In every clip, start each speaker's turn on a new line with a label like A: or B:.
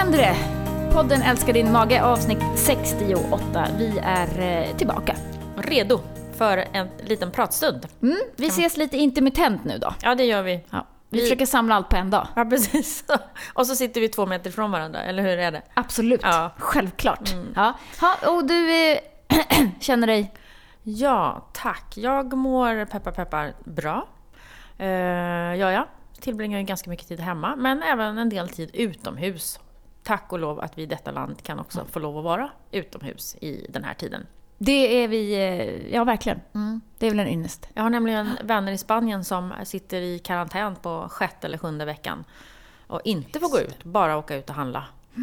A: händer det? Podden Älskar din mage, avsnitt 68. Vi är tillbaka.
B: Redo för en liten pratstund.
A: Vi ses lite intermittent nu då.
B: Ja, det gör vi.
A: Ja. Vi försöker samla allt på en dag.
B: Ja, precis. Och så sitter vi 2 meter från varandra, eller hur är det?
A: Absolut,
B: ja.
A: Självklart. Ja. Och du känner dig?
B: Ja, tack. Jag mår peppar bra. Jag tillbringar ju ganska mycket tid hemma, men även en del tid utomhus. Tack och lov att vi i detta land kan också få lov att vara utomhus i den här tiden.
A: Det är vi, ja verkligen. Det är väl en ynnest.
B: Jag har nämligen vänner i Spanien som sitter i karantän på 6:e eller 7:e veckan. Och inte får gå ut, bara åka ut och handla.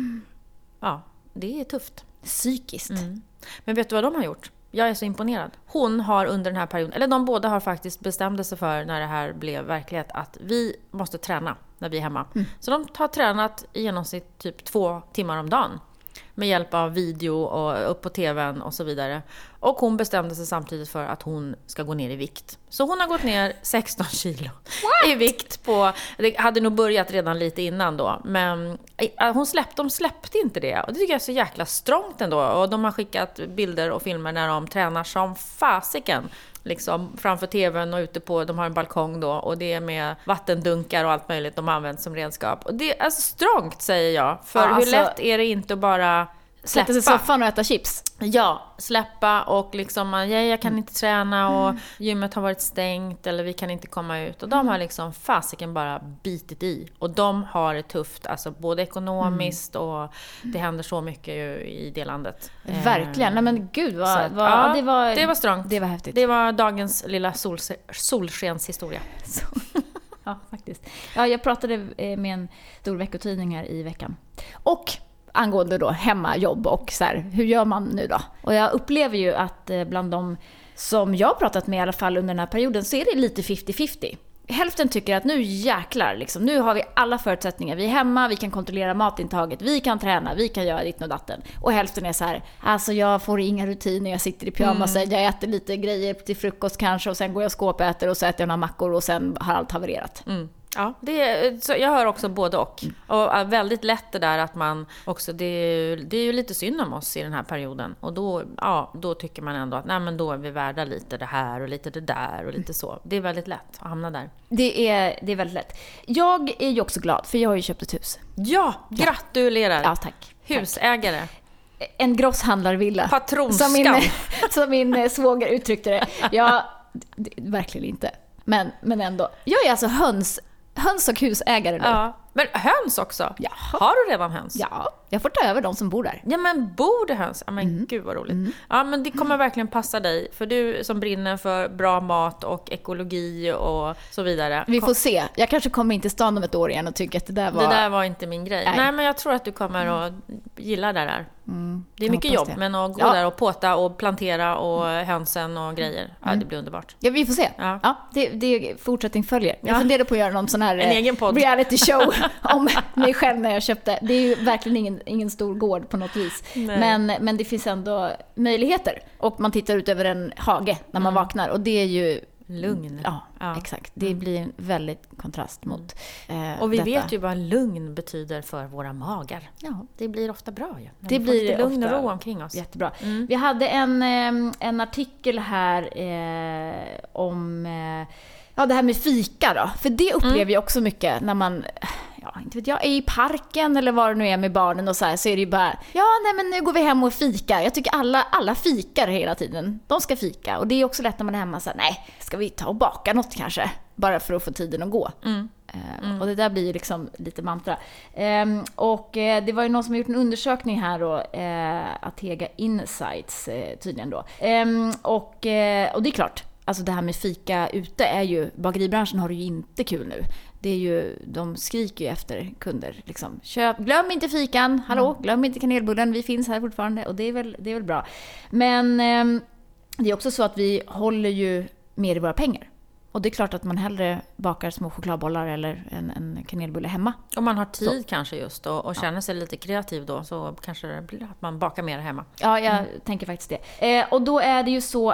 B: Ja, det är tufft.
A: Psykiskt.
B: Men vet du vad de har gjort? Jag är så imponerad. Hon har under den här perioden, eller de båda har faktiskt bestämt sig för när det här blev verklighet att vi måste träna när vi är hemma. Så de har tränat i genomsnitt typ 2 timmar om dagen. Med hjälp av video och upp på tvn och så vidare. Och hon bestämde sig samtidigt för att hon ska gå ner i vikt. Så hon har gått ner 16 kilo i vikt på... Det hade nog börjat redan lite innan då. Men de släppte inte det. Och det tycker jag är så jäkla strångt ändå. Och de har skickat bilder och filmer när de tränar som fasiken. Liksom framför tvn och ute på, de har en balkong då, och det är med vattendunkar och allt möjligt de använder som redskap. Och det är alltså strångt, säger jag. För hur lätt är det inte att bara släppa?
A: Sätta sig i soffan och äta chips.
B: Ja, släppa och liksom, jag kan inte träna och gymmet har varit stängt eller vi kan inte komma ut. Och de har liksom fasiken bara bitit i. Och de har det tufft, alltså både ekonomiskt och det händer så mycket i det landet.
A: Verkligen, nej men gud,
B: Det var strångt.
A: Det var häftigt.
B: Det var dagens lilla solskenshistoria.
A: Ja, faktiskt. Ja, jag pratade med en stor veckotidning här i veckan. Och angående då hemmajobb och så här, hur gör man nu då? Och jag upplever ju att bland de som jag har pratat med i alla fall under den här perioden så är det lite 50-50. Hälften tycker att nu jäklar, liksom, nu har vi alla förutsättningar. Vi är hemma, vi kan kontrollera matintaget, vi kan träna, vi kan göra ditt och datten. Och hälften är så här, alltså jag får inga rutiner, jag sitter i pyjamas, jag äter lite grejer till frukost kanske och sen går jag och skåpäter och så äter jag några mackor och sen har allt havererat.
B: Ja, så jag hör också både och. Och väldigt lätt det där att man också, det är ju lite synd om oss i den här perioden. Och då tycker man ändå att nej, men då är vi värda lite det här och lite det där och lite så. Det är väldigt lätt att hamna där.
A: Det är väldigt lätt. Jag är ju också glad för jag har ju köpt ett hus.
B: Ja, gratulerar.
A: Ja, tack.
B: Husägare.
A: En grosshandlarvilla.
B: Patronskam.
A: Som min svåger uttryckte det. Ja, verkligen inte. Men ändå. Jag är alltså höns och husägare nu.
B: Ja, men höns också?
A: Ja.
B: Har du redan höns?
A: Ja, jag får ta över de som bor där.
B: Ja, men bor det höns? Ja, men gud vad roligt. Ja, men det kommer verkligen passa dig. För du som brinner för bra mat och ekologi och så vidare.
A: Vi får se. Jag kanske kommer in till stan om ett år igen och tycker att det där
B: var inte min grej.
A: Nej.
B: Nej, men jag tror att du kommer att gilla det där. Det är mycket jobb, men att gå där och påta och plantera och hönsen och grejer. Ja, det blir underbart.
A: Ja, vi får se.
B: Ja.
A: Det fortsättning följer. Jag funderade på att göra någon sån här
B: egen podd.
A: Reality show om mig själv när jag köpte. Det är ju verkligen ingen stor gård på något vis. Men det finns ändå möjligheter. Och man tittar ut över en hage när man vaknar. Och det är ju
B: lugn.
A: Ja, exakt. Det blir en väldigt kontrast mot
B: och vi
A: detta.
B: vet ju vad lugn betyder för våra magar.
A: Ja.
B: Det blir ofta bra ju.
A: Det blir
B: lite lugn och
A: ofta
B: ro omkring oss.
A: Jättebra. Vi hade en artikel här om det här med fika då. För det upplever jag också mycket när man inte vet jag, är i parken eller vad det nu är med barnen och så här, så är det ju bara men nu går vi hem och fikar. Jag tycker alla fikar hela tiden. De ska fika. Och det är också lätt när man är hemma så här, nej, ska vi ta och baka något kanske? Bara för att få tiden att gå. Och det där blir ju liksom lite mantra. Och det var ju någon som har gjort en undersökning här då, Atega Insights tydligen då. Och det är klart, alltså det här med fika ute är ju, bageribranschen har det ju inte kul nu. Det är ju, de skriker ju efter kunder liksom. Glöm inte fikan, hallå, glöm inte kanelbullen, vi finns här fortfarande. Och det är väl bra. Men det är också så att vi håller ju mer i våra pengar. Och det är klart att man hellre bakar små chokladbollar eller en kanelbulle hemma.
B: Om man har tid kanske just och känner sig lite kreativ då, så kanske det blir att man bakar mer hemma.
A: Ja, jag tänker faktiskt det. Och då är det ju så att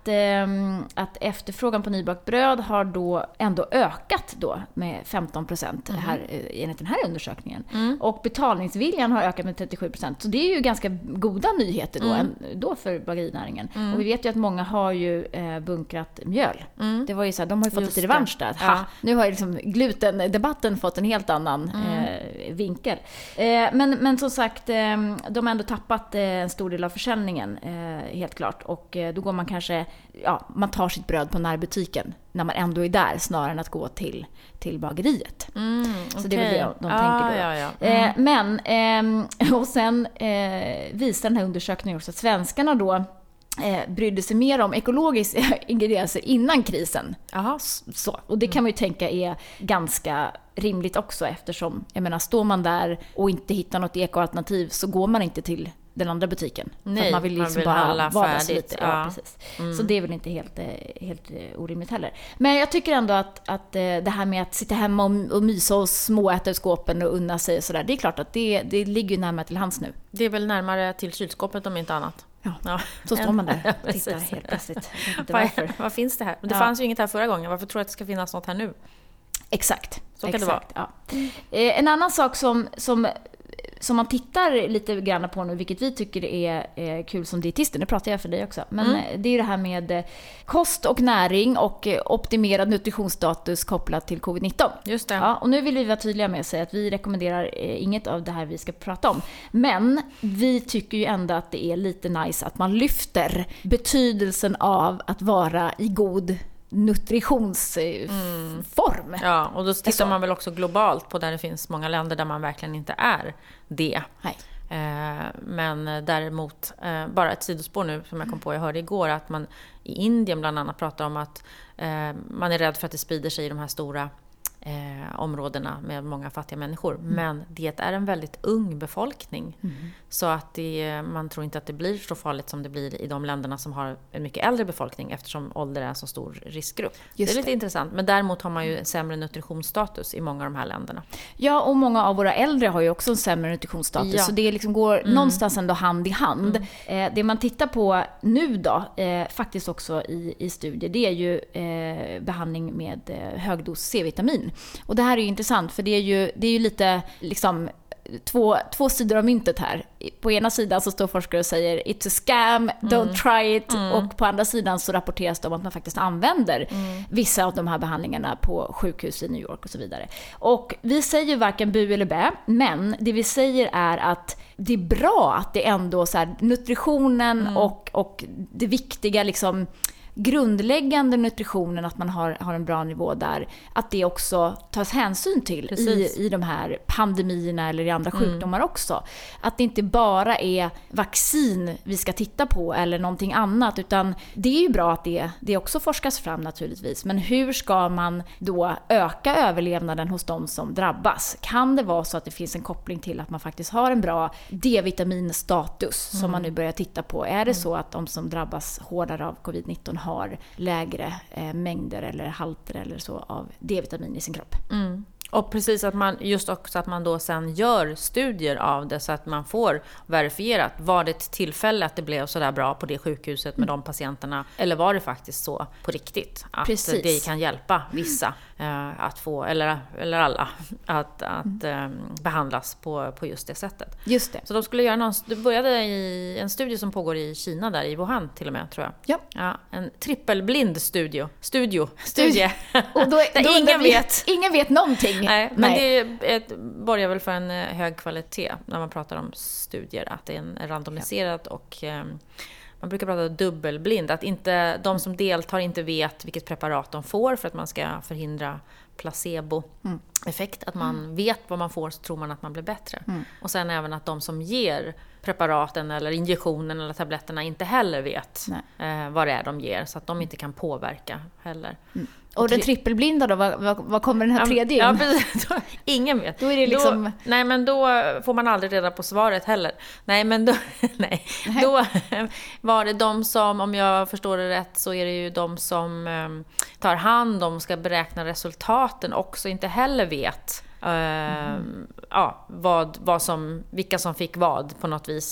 A: att efterfrågan på nybakt bröd har då ändå ökat då med 15% här, enligt den här undersökningen. Och betalningsviljan har ökat med 37%. Så det är ju ganska goda nyheter då för bagerinäringen. Och vi vet ju att många har ju bunkrat mjöl. Det var ju så här, de har ju fått lite revansch där. Nu har ju liksom glutendebatten fått en helt annan vinkel. Men som sagt, de har ändå tappat en stor del av försäljningen, helt klart. Och då går man kanske, man tar sitt bröd på närbutiken när man ändå är där, snarare än att gå till bageriet. Så det är väl det de tänker då. Men, och sen visar den här undersökningen också att svenskarna då brydde sig mer om ekologiska ingredienser innan krisen. Så. Och det kan man ju tänka är ganska rimligt också, eftersom, jag menar, står man där och inte hittar något ekoalternativ så går man inte till den andra butiken.
B: Nej,
A: för man vill liksom bara vara så lite.
B: Ja.
A: Precis. Så det är väl inte helt orimligt heller. Men jag tycker ändå att det här med att sitta hemma och mysa och småäta i skåpen och unna sig och sådär, det är klart att det ligger närmare till hands nu.
B: Det är väl närmare till kylskåpet om inte annat.
A: Ja. Så står man där och tittar helt plötsligt.
B: Vad finns det här? Det fanns ju inget här förra gången. Varför tror du att det ska finnas något här nu?
A: Exakt.
B: Så kan det vara.
A: Ja. En annan sak som man tittar lite grann på nu, vilket vi tycker är kul som dietister, nu pratar jag för dig också, men det är det här med kost och näring och optimerad nutritionsstatus kopplat till covid-19.
B: Just det.
A: Ja, och nu vill vi vara tydliga med att säga att vi rekommenderar inget av det här vi ska prata om. Men vi tycker ju ändå att det är lite nice att man lyfter betydelsen av att vara i god nutritionsform.
B: Ja, och då tittar man väl också globalt på där det finns många länder där man verkligen inte är det.
A: Nej.
B: Men däremot, bara ett sidospår nu som jag kom på, jag hörde igår att man i Indien bland annat pratar om att man är rädd för att det sprider sig i de här stora områdena med många fattiga människor. Men det är en väldigt ung befolkning. Så att man tror inte att det blir så farligt som det blir i de länderna som har en mycket äldre befolkning, eftersom ålder är en så stor riskgrupp. Det är lite intressant. Men däremot har man ju sämre nutritionsstatus i många av de här länderna. Ja,
A: och många av våra äldre har ju också en sämre nutritionsstatus. Ja. Så det liksom går någonstans ändå hand i hand. Det man tittar på nu då, faktiskt också i studier, det är ju behandling med högdos C-vitamin. Och det här är ju intressant, för det är ju lite liksom två sidor av myntet här. På ena sidan så står forskare och säger it's a scam, don't try it. Och på andra sidan så rapporteras det om att man faktiskt använder vissa av de här behandlingarna på sjukhus i New York och så vidare. Och vi säger varken bu eller bä, men det vi säger är att det är bra att det ändå så här, nutritionen och det viktiga liksom grundläggande nutritionen, att man har en bra nivå där, att det också tas hänsyn till i de här pandemierna eller i andra sjukdomar också. Att det inte bara är vaccin vi ska titta på eller någonting annat, utan det är ju bra att det också forskas fram naturligtvis. Men hur ska man då öka överlevnaden hos de som drabbas? Kan det vara så att det finns en koppling till att man faktiskt har en bra D-vitaminstatus som man nu börjar titta på? Är det så att de som drabbas hårdare av covid-19 har lägre mängder eller halter eller så av D-vitamin i sin kropp?
B: Och precis att man just också att man då sen gör studier av det, så att man får verifierat, var det ett tillfälle att det blev så där bra på det sjukhuset med de patienterna, eller var det faktiskt så på riktigt att det kan hjälpa vissa att få, eller alla att behandlas på just det sättet.
A: Just det.
B: Så de skulle göra det började i en studie som pågår i Kina, där i Wuhan till och med, tror jag. Ja, en trippelblind studie. Och då ingen vet någonting. Nej, men det borgar väl för en hög kvalitet när man pratar om studier, att det är en randomiserad och man brukar prata dubbelblind, att inte de som deltar inte vet vilket preparat de får, för att man ska förhindra placeboeffekt, att man vet vad man får, så tror man att man blir bättre. Och sen även att de som ger preparaten eller injektionen eller tabletterna inte heller vet vad det är de ger, så att de inte kan påverka heller.
A: Och den trippelblinda då, vad kommer den här tredje in?
B: Ja, precis. Ingen vet.
A: Då är det liksom...
B: nej, men då får man aldrig reda på svaret heller. Nej, men då var det de som, om jag förstår det rätt, så är det ju de som tar hand om, ska beräkna resultaten också, inte heller vet vilka som fick vad på något vis.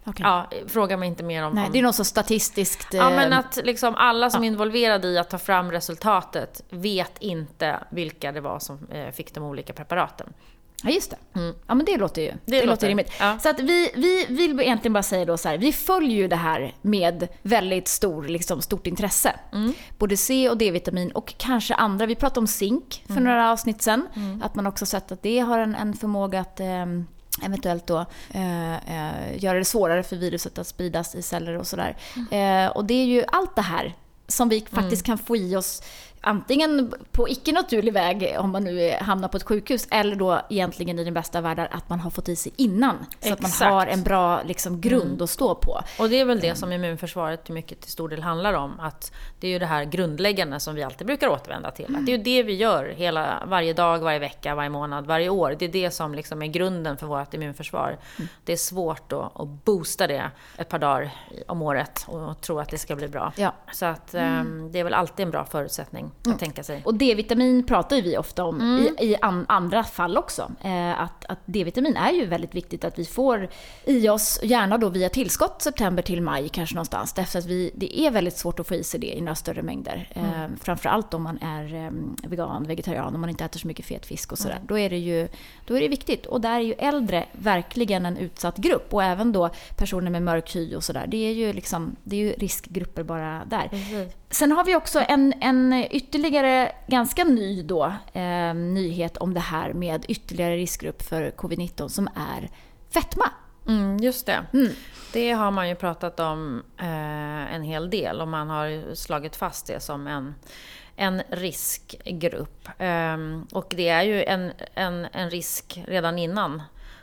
A: Okay.
B: Ja, fråga mig inte mer om...
A: Nej, det är något så statistiskt...
B: Ja, men att liksom alla som är involverade i att ta fram resultatet vet inte vilka det var som fick de olika preparaten.
A: Ja, just det. Ja, men det låter ju det låter rimligt.
B: Ja.
A: Så att vi vill egentligen bara säga då så här, vi följer ju det här med väldigt stort intresse. Både C- och D-vitamin och kanske andra. Vi pratade om zink för några avsnitt sedan. Att man också sett att det har en förmåga att eventuellt då göra det svårare för viruset att spridas i celler och sådär. Och det är ju allt det här som vi faktiskt kan få i oss antingen på icke-naturlig väg om man nu hamnar på ett sjukhus, eller då egentligen i den bästa världen att man har fått i sig innan. Så att man har en bra liksom, grund att stå på.
B: Och det är väl det som immunförsvaret till stor del handlar om. Att det är ju det här grundläggande som vi alltid brukar återvända till. Att det är ju det vi gör varje dag, varje vecka, varje månad, varje år. Det är det som liksom är grunden för vårt immunförsvar. Det är svårt då att boosta det ett par dagar om året och tro att det ska bli bra.
A: Ja.
B: Så att det är väl alltid en bra förutsättning att tänka sig.
A: Och D-vitamin pratar ju vi ofta om i andra fall också. Att D-vitamin är ju väldigt viktigt att vi får i oss, gärna då via tillskott september till maj kanske någonstans. Därför att det är väldigt svårt att få i sig det i några större mängder. Framförallt om man är vegan, vegetarian, om man inte äter så mycket fet fisk och sådär. Då är det viktigt. Och där är ju äldre verkligen en utsatt grupp. Och även då personer med mörk hy och sådär. Det är ju riskgrupper bara där. Sen har vi också en ytterligare ganska ny då, nyhet om det här med ytterligare riskgrupp för covid-19 som är fetma.
B: Just det. Det har man ju pratat om en hel del och man har slagit fast det som en riskgrupp. Och det är ju en risk redan innan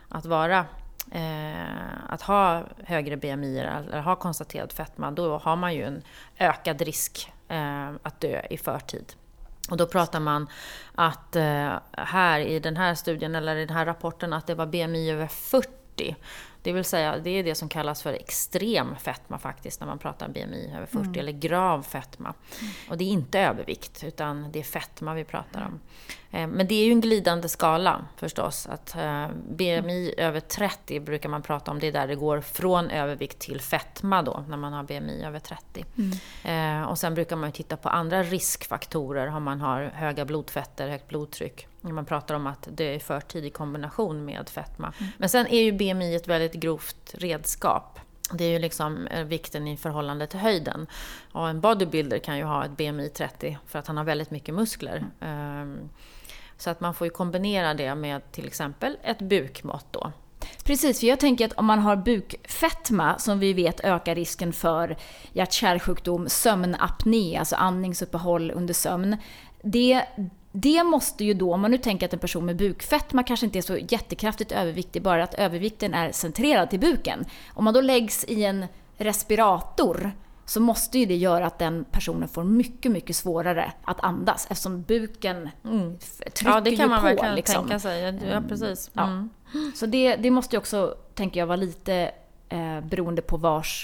B: att ha högre BMI eller ha konstaterad fetma. Då har man ju en ökad risk att dö i förtid. Och då pratar man att här i den här studien eller i den här rapporten att det var BMI över 40. Det vill säga, det är det som kallas för extrem fetma faktiskt när man pratar om BMI över 40 eller grav fetma. Och det är inte övervikt utan det är fetma vi pratar om. Men det är ju en glidande skala förstås. Att BMI över 30 brukar man prata om, det är där det går från övervikt till fetma då när man har BMI över 30. Och sen brukar man ju titta på andra riskfaktorer om man har höga blodfetter, högt blodtryck. Man pratar om att dö i förtid i kombination med fetma. Men sen är ju BMI ett väldigt grovt redskap. Det är ju liksom vikten i förhållande till höjden. Och en bodybuilder kan ju ha ett BMI 30 för att han har väldigt mycket muskler. Så att man får ju kombinera det med till exempel ett bukmått då.
A: Precis, för jag tänker att om man har bukfetma som vi vet ökar risken för hjärt-kärlsjukdom, sömnapné, alltså andningsuppehåll under sömn. Det måste ju då, om man nu tänker att en person med bukfetma kanske inte är så jättekraftigt överviktig, bara att övervikten är centrerad till buken. Om man då läggs i en respirator så måste ju det göra att den personen får mycket, mycket svårare att andas eftersom buken trycker
B: ja, det kan man
A: på.
B: Verkligen
A: liksom.
B: tänka sig. Ja, precis.
A: Så det måste ju också, tänker jag, vara lite beroende på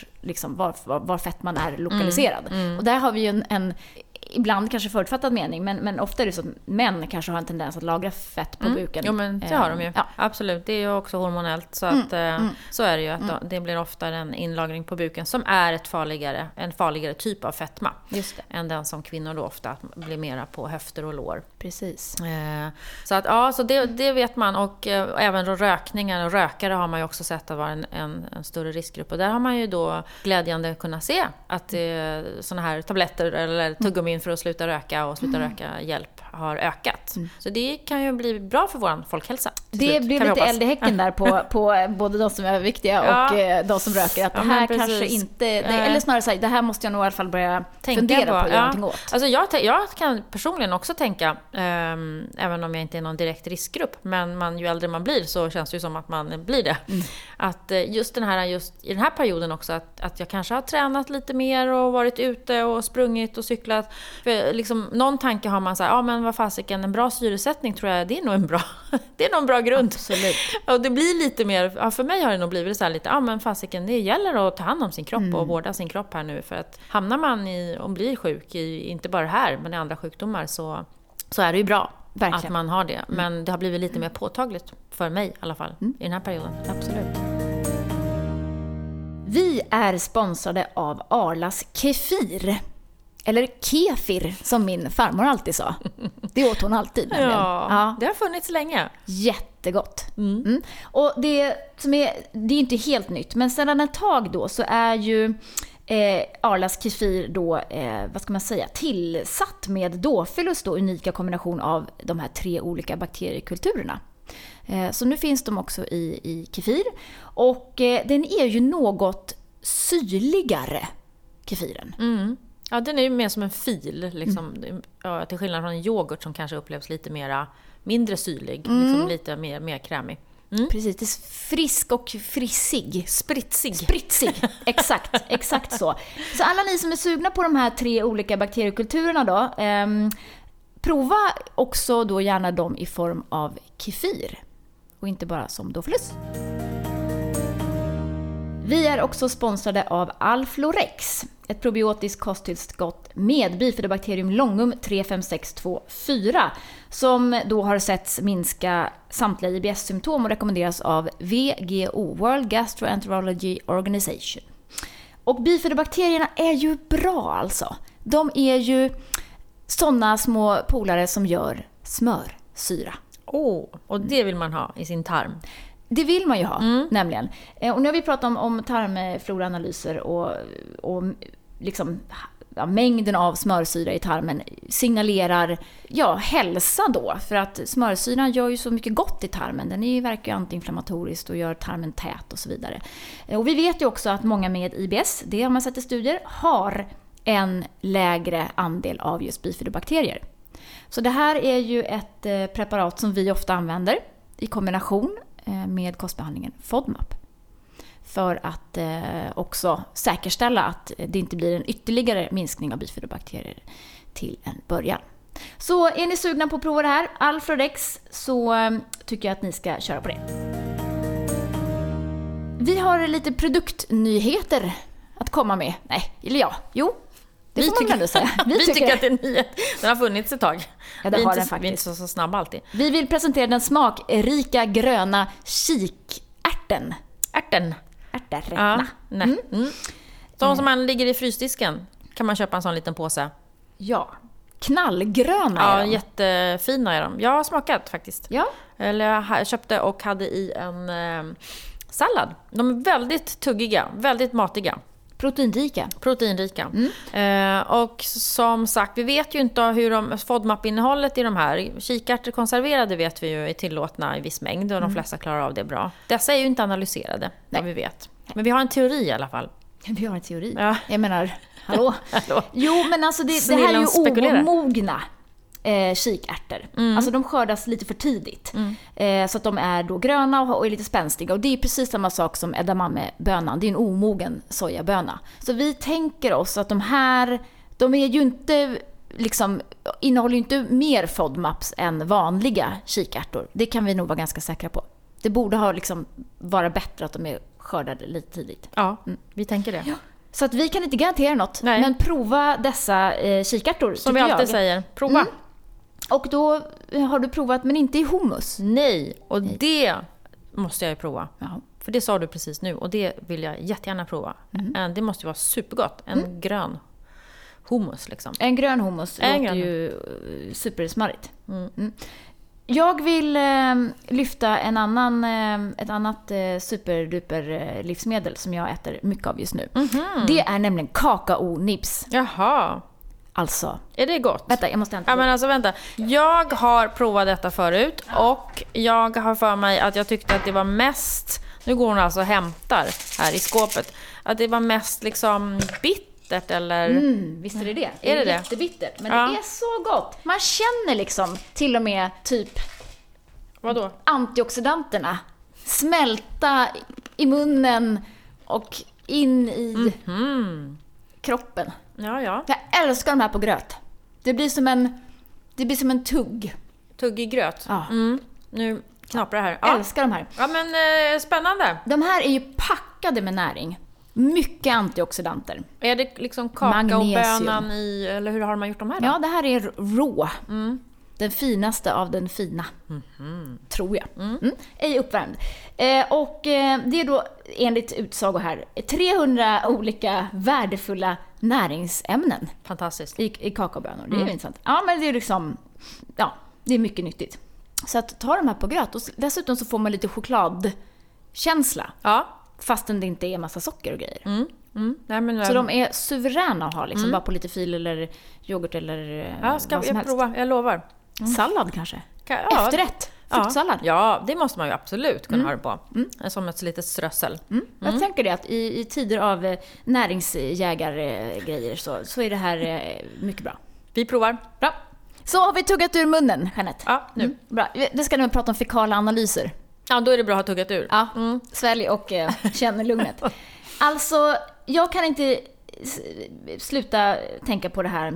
A: var fettman är lokaliserad. Och där har vi ju en ibland kanske förutfattad mening, men ofta är det så att män kanske har en tendens att lagra fett på buken.
B: Jo, men det har de ju. Ja. Absolut, det är ju också hormonellt. Så, att, så är det ju. Att det blir ofta en inlagring på buken som är en farligare typ av fetma.
A: Just det.
B: Än den som kvinnor då ofta blir mera på höfter och lår.
A: Precis.
B: Så att, ja, så det vet man. Och även då rökningar och rökare har man ju också sett att vara en större riskgrupp. Och där har man ju då glädjande kunnat se att såna här tabletter eller tuggummin för att sluta röka och sluta röka hjälp har ökat. Så det kan ju bli bra för vår folkhälsa.
A: Det blir lite eld i häcken där på både de som är överviktiga och de som röker. Att det här kanske inte... eller snarare så här, det här måste jag nog i alla fall börja fundera på att göra någonting åt.
B: Alltså jag kan personligen också tänka, även om jag inte är någon direkt riskgrupp, men ju äldre man blir så känns det ju som att man blir det. Att just i den här perioden också, att jag kanske har tränat lite mer och varit ute och sprungit och cyklat. För liksom, någon tanke har man så här, men vad fasiken, en bra syresättning tror jag, det är nog en bra grund.
A: Absolut.
B: Och det blir lite mer, för mig har det nog blivit så här lite, men fasiken, det gäller att ta hand om sin kropp och vårda sin kropp här nu. För att hamnar man och blir sjuk, inte bara här, men i andra sjukdomar, så är det ju bra. Verkligen. Att man har det. Men det har blivit lite mer påtagligt för mig i alla fall i den här perioden.
A: Absolut. Vi är sponsrade av Arlas Kefir. Eller kefir, som min farmor alltid sa. Det åt hon alltid.
B: Ja, det har funnits länge.
A: Jättegott. Och det är inte helt nytt, men sedan ett tag då så är ju Arlas Kefir då, vad ska man säga, tillsatt med Dofilus då, unika kombination av de här 3 olika bakteriekulturerna. Så nu finns de också i kefir. Och den är ju något syrligare, kefiren.
B: Ja, den är ju mer som en fil. Liksom, till skillnad från en yoghurt som kanske upplevs lite mindre syrlig. Liksom lite mer krämig.
A: Precis, det är frisk och frissig.
B: Spritsig.
A: Exakt så. Så alla ni som är sugna på de här 3 olika bakteriekulturerna då, prova också då gärna dem i form av kefir. Och inte bara som Dofilus. Vi är också sponsrade av Alflorex, ett probiotiskt kosttillskott med bifidobakterium longum 35624 som då har setts minska samtliga IBS-symptom och rekommenderas av WGO, World Gastroenterology Organization. Och bifidobakterierna är ju bra alltså. De är ju sådana små polare som gör smörsyra.
B: Och det vill man ha i sin tarm.
A: Det vill man ju ha, nämligen. Och nu har vi pratat om tarmfloraanalyser och liksom, mängden av smörsyra i tarmen signalerar hälsa då. För att smörsyran gör ju så mycket gott i tarmen. Den verkar ju antiinflammatoriskt och gör tarmen tät och så vidare. Och vi vet ju också att många med IBS, det har man sett i studier, har en lägre andel av just bifidobakterier. Så det här är ju ett preparat som vi ofta använder i kombination med kostbehandlingen FODMAP. För att också säkerställa att det inte blir en ytterligare minskning av bifidobakterier till en början. Så är ni sugna på att prova det här, Alflorex, så tycker jag att ni ska köra på det. Vi har lite produktnyheter att komma med. Det får man ändå säga.
B: Vi tycker att det är en nyhet. Den har funnits ett tag.
A: Ja, det har den faktiskt.
B: Vi är inte så snabba alltid.
A: Vi vill presentera den smakrika gröna kikärten. Ärterna.
B: De som man ligger i frysdisken kan man köpa en sån liten påse.
A: Ja, knallgröna är de.
B: Jättefina är de. Jag har smakat faktiskt.
A: Ja.
B: Eller jag köpte och hade i en sallad. De är väldigt tuggiga, väldigt matiga.
A: Proteinrika.
B: Och som sagt, vi vet ju inte hur FODMAP-innehållet i de här. Kikärtor konserverade vet vi ju är tillåtna i viss mängd och de flesta klarar av det bra. Dessa är ju inte analyserade, vad vi vet. Men vi har en teori i alla fall.
A: Vi har en teori.
B: Ja.
A: Jag menar, hallå? Jo, men alltså det här är ju omogna kikärtor. Alltså de skördas lite för tidigt. Så att de är då gröna och är lite spänstiga. Och det är precis samma sak som edamamebönan. Det är en omogen sojaböna. Så vi tänker oss att de här, de är ju inte liksom, innehåller ju inte mer FODMAPs än vanliga kikärtor. Det kan vi nog vara ganska säkra på. Det borde ha liksom vara bättre att de är skördade lite tidigt.
B: Ja, vi tänker det.
A: Ja. Så att vi kan inte garantera något.
B: Nej.
A: Men prova dessa kikärtor.
B: Som vi alltid säger, prova.
A: Och då har du provat, men inte i hummus.
B: Nej, och det måste jag ju prova.
A: Ja.
B: För det sa du precis nu och det vill jag jättegärna prova. Det måste ju vara supergott. En grön hummus liksom.
A: En grön hummus låter ju supersmarrigt. Jag vill lyfta ett annat superduper livsmedel som jag äter mycket av just nu. Det är nämligen kakaonibs.
B: Jaha.
A: Alltså.
B: Är det gott?
A: Vänta, jag måste hämta.
B: Ja, men alltså vänta. Jag har provat detta förut och jag har för mig att jag tyckte att det var mest, nu går hon alltså och hämtar här i skåpet, att det var mest liksom bittert eller...
A: Visst är det.
B: Är det
A: jättebittert, men det är så gott. Man känner liksom till och med typ...
B: Vadå?
A: Antioxidanterna smälta i munnen och in i kroppen.
B: Ja.
A: Jag älskar de här på gröt. Det blir som en tugg.
B: Tuggig gröt.
A: Ja.
B: Nu knaprar det här.
A: Jag älskar de här.
B: Ja, men spännande.
A: De här är ju packade med näring. Mycket antioxidanter.
B: Är det liksom kakaobönan i, eller hur har man gjort de här då?
A: Ja, det här är rå. Den finaste av den fina. Tror jag. Ej uppvärmd. Och det är då enligt utsago här 300 olika värdefulla näringsämnen.
B: Fantastiskt.
A: I kakaobönor. Det är ju intressant. Ja, men det är liksom... Ja, det är mycket nyttigt. Så att ta de här på gröt. Och dessutom så får man lite chokladkänsla.
B: Ja.
A: Fastän det inte är massa socker och grejer.
B: Nej, men,
A: så de är suveräna att ha liksom, bara på lite fil eller yoghurt eller
B: vad som helst. Prova, jag lovar.
A: Sallad kanske?
B: Ja.
A: Efterrätt? Fruktsallad?
B: Ja, det måste man ju absolut kunna ha det på. Som ett litet strössel.
A: Jag tänker det att i tider av näringsjägargrejer så är det här mycket bra.
B: Vi provar.
A: Bra. Så har vi tuggat ur munnen, Jeanette.
B: Ja, nu.
A: Bra. Det ska nu prata om fekala analyser.
B: Ja, då är det bra att ha tuggat ur.
A: Ja, svälj och känn lugnet. Alltså, jag kan inte sluta tänka på det här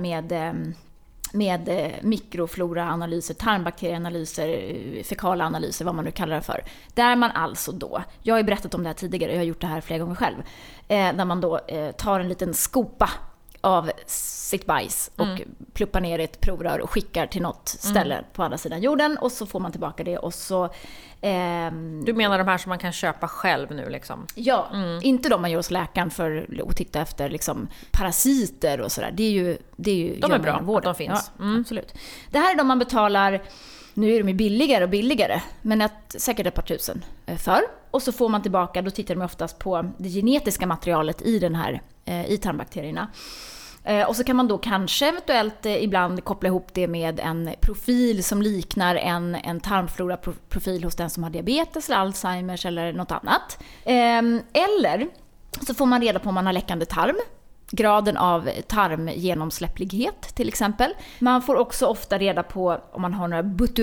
A: med mikrofloraanalyser, tarmbakterieanalyser, fekala analyser, vad man nu kallar det för. Där man alltså då, jag har ju berättat om det här tidigare, jag har gjort det här flera gånger själv, där man då tar en liten skopa av sitt bajs och pluppar ner i ett provrör och skickar till något ställe på andra sidan jorden, och så får man tillbaka det och så...
B: Du menar de här som man kan köpa själv nu liksom?
A: Ja, inte de man gör hos läkaren för att titta efter liksom parasiter och sådär. Det är ju
B: de är bra, att de finns.
A: Ja, absolut. Det här är de man betalar, nu är de ju billigare och billigare, men säkert ett par tusen för. Och så får man tillbaka, då tittar de oftast på det genetiska materialet i den här, i tarmbakterierna. Och så kan man då kanske eventuellt ibland koppla ihop det med en profil som liknar en tarmflora-profil hos den som har diabetes eller Alzheimers eller något annat. Eller så får man reda på om man har läckande tarm, graden av tarmgenomsläpplighet till exempel. Man får också ofta reda på om man har några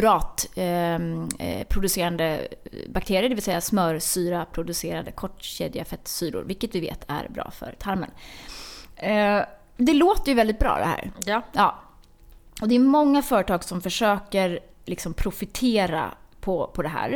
A: butyratproducerande bakterier, det vill säga smörsyra-producerade kortkedjefettsyror, vilket vi vet är bra för tarmen. Det låter ju väldigt bra det här. Ja. Och det är många företag som försöker liksom profitera på det här.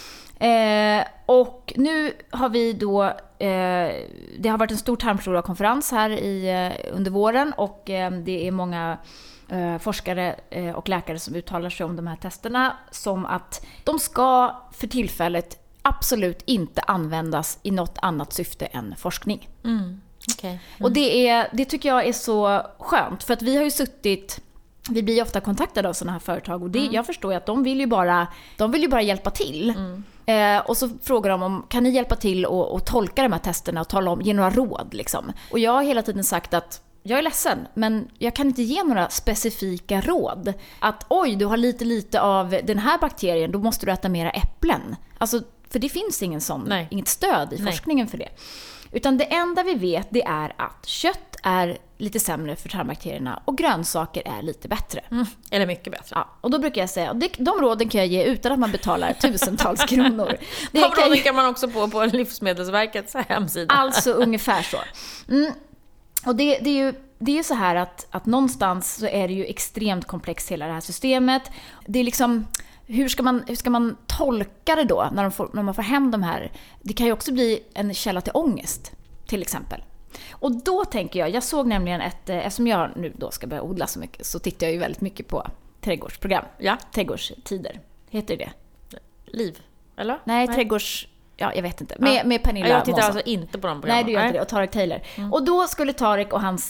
A: Och nu har vi då... det har varit en stor tarmflora-konferens här under våren, och det är många forskare och läkare som uttalar sig om de här testerna som att de ska för tillfället absolut inte användas i något annat syfte än forskning.
B: Okay.
A: Och det tycker jag är så skönt, för att vi har ju vi blir ofta kontaktade av sådana här företag, och jag förstår ju att de vill ju bara hjälpa till. Och så frågar de om, kan ni hjälpa till och tolka de här testerna och ge några råd liksom. Och jag har hela tiden sagt att jag är ledsen, men jag kan inte ge några specifika råd. Att oj, du har lite av den här bakterien, då måste du äta mera äpplen. Alltså, för det finns inget stöd i forskningen för det. Utan det enda vi vet, det är att kött är lite sämre för tarmbakterierna och grönsaker är lite bättre.
B: Eller mycket bättre.
A: Ja, och då brukar jag säga, de råden kan jag ge utan att man betalar tusentals kronor.
B: De råden kan man också få på Livsmedelsverkets hemsida.
A: Alltså ungefär så. Och det är ju så här att någonstans så är det ju extremt komplext hela det här systemet. Det är liksom... Hur ska man tolka det då när man får hem de här? Det kan ju också bli en källa till ångest, till exempel. Och då tänker jag såg nämligen eftersom jag nu då ska börja odla så mycket, så tittar jag ju väldigt mycket på trädgårdsprogram. Ja. Trädgårdstider, heter det?
B: Liv, eller?
A: Nej. Trädgårds... Ja, jag vet inte. Med Pernilla
B: Jag tittar
A: Månsson.
B: alltså inte på de programmen.
A: Nej, du gör inte det. Och Tarek Taylor. Och då skulle Tarek och hans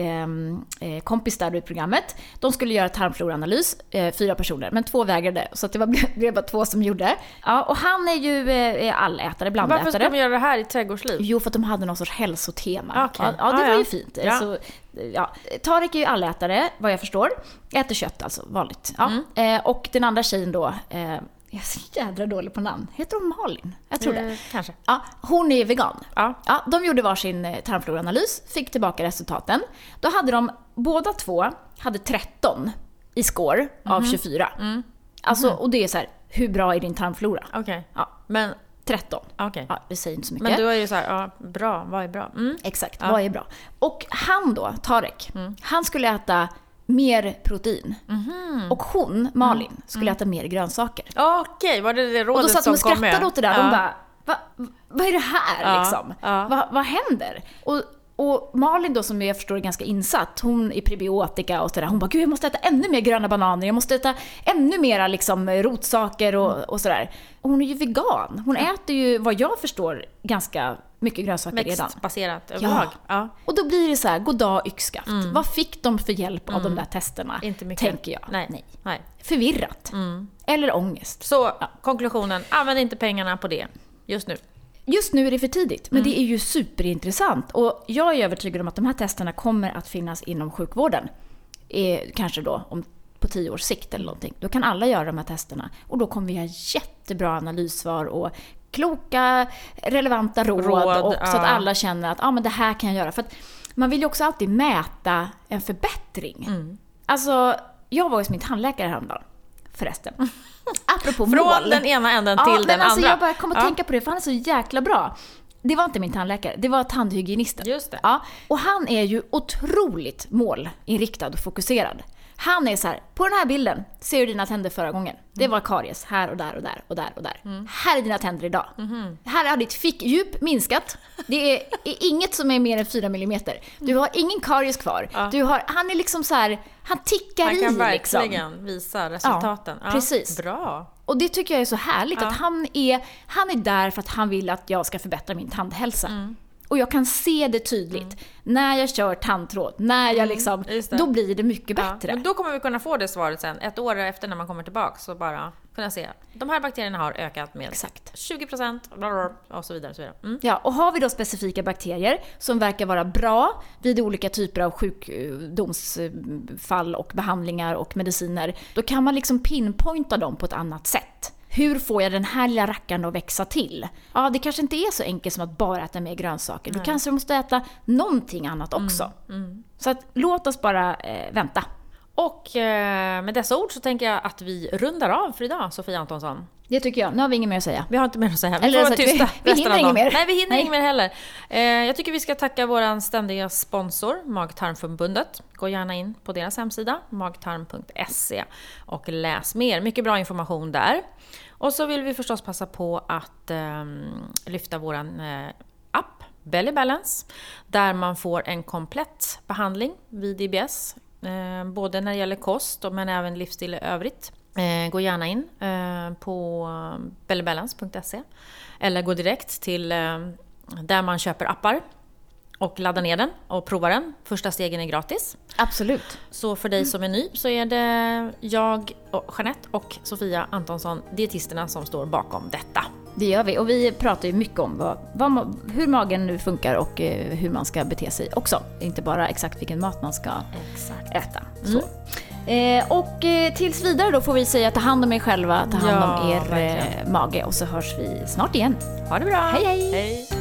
A: kompis där i programmet, de skulle göra tarmfloranalys, 4 personer, men 2 vägrade. Så att det blev bara 2 som gjorde. Ja, och han är ju allätare, blandätare.
B: Varför ska de göra det här i trädgårdsliv?
A: Jo, för att de hade någon sorts hälsotema.
B: Okay.
A: Ja, det var ju fint.
B: Ja.
A: Så, Tarek är ju allätare, vad jag förstår. Äter kött alltså, vanligt. Ja. Och den andra tjejen då... jag är så jädra dålig på namn. Heter hon Malin? Jag tror det.
B: Kanske.
A: Ja, hon är vegan.
B: Ja.
A: Ja, de gjorde varsin tarmfloranalys, fick tillbaka resultaten. Då hade de, båda 2 hade 13 i score av 24. Alltså, och det är så här, hur bra är din tarmflora?
B: Okej.
A: Ja.
B: Men
A: 13.
B: Okay.
A: Ja, det säger inte så mycket.
B: Men då är det så här, bra, vad är bra?
A: Exakt, vad är bra? Och han då, Tarek, han skulle äta mer protein. Och hon, Malin, skulle äta mer grönsaker.
B: Okej, var det rådet som kom med?
A: Och då satt de och skrattade åt det där. De bara, vad är det här liksom? Vad händer? Och Och Malin då, som jag förstår är ganska insatt, hon är prebiotika och sådär. Hon bara, gud jag måste äta ännu mer gröna bananer, jag måste äta ännu mera liksom rotsaker och sådär. Och hon är ju vegan. Hon äter ju, vad jag förstår, ganska mycket grönsaker redan.
B: Växtbaserat överlag.
A: Ja. Och då blir det så här, god dag yxskaft. Vad fick de för hjälp av de där testerna?
B: Inte mycket.
A: Tänker jag.
B: Nej.
A: Förvirrat. Eller ångest.
B: Så konklusionen, använd inte pengarna på det just nu.
A: Just nu är det för tidigt, men det är ju superintressant. Och jag är övertygad om att de här testerna kommer att finnas inom sjukvården. Kanske då på 10 års sikt eller någonting. Då kan alla göra de här testerna. Och då kommer vi ha jättebra analyssvar och kloka, relevanta råd och så att alla känner att men det här kan jag göra. För att man vill ju också alltid mäta en förbättring. Alltså, jag var hos min tandläkare häromdagen. Förresten. Apropå
B: från
A: mål.
B: Den ena änden till den andra.
A: Jag bara kom att tänka på det, för han är så jäkla bra. Det var inte min tandläkare, det var tandhygienisten.
B: Just det.
A: Ja, och han är ju otroligt målinriktad och fokuserad. Han är så här, på den här bilden ser du dina tänder förra gången. Det var karies här och där och där och där och där. Här är dina tänder idag. Här har ditt fickdjup minskat. Det är inget som är mer än 4 millimeter. Du har ingen karies kvar. Han är liksom så här, han tickar i liksom.
B: Han kan verkligen visa resultaten.
A: Ja, precis.
B: Bra.
A: Och det tycker jag är så härligt att han är där för att han vill att jag ska förbättra min tandhälsa. Och jag kan se det tydligt när jag kör tandtråd, när jag liksom, då blir det mycket bättre.
B: Men då kommer vi kunna få det svaret sen, 1 år efter när man kommer tillbaka, så bara kunna se, de här bakterierna har ökat med 20% och så vidare. Och så vidare.
A: Ja, och har vi då specifika bakterier som verkar vara bra vid olika typer av sjukdomsfall och behandlingar och mediciner, då kan man liksom pinpointa dem på ett annat sätt. Hur får jag den här lilla rackaren att växa till? Ja, det kanske inte är så enkelt som att bara äta mer grönsaker. Du kanske måste äta någonting annat också. Så att, låt oss bara vänta.
B: Och med dessa ord så tänker jag att vi rundar av för idag, Sofia Antonsson.
A: Det tycker jag. Nu har vi inget mer att säga.
B: Vi har inte mer att säga.
A: Vi får vara tysta. Vi hinner inget mer.
B: Nej, vi hinner inget mer heller. Jag tycker vi ska tacka våran ständiga sponsor, Mag-tarmförbundet. Gå gärna in på deras hemsida, magtarm.se, och läs mer. Mycket bra information där. Och så vill vi förstås passa på att lyfta våran app, Belly Balance, där man får en komplett behandling vid IBS. Både när det gäller kost men även livsstil i övrigt. Gå gärna in på bellybalance.se eller gå direkt till där man köper appar och laddar ner den och provar den. Första stegen är gratis.
A: Absolut. Så
B: för dig som är ny så är det jag, Jeanette och Sofia Antonsson, dietisterna, som står bakom detta.
A: Det gör vi, och vi pratar ju mycket om hur magen nu funkar och hur man ska bete sig också. Inte bara exakt vilken mat man ska äta. Så. Och tills vidare då får vi säga ta hand om er själva, ta hand om er mage, och så hörs vi snart igen.
B: Ha det bra!
A: Hej hej!
B: Hej.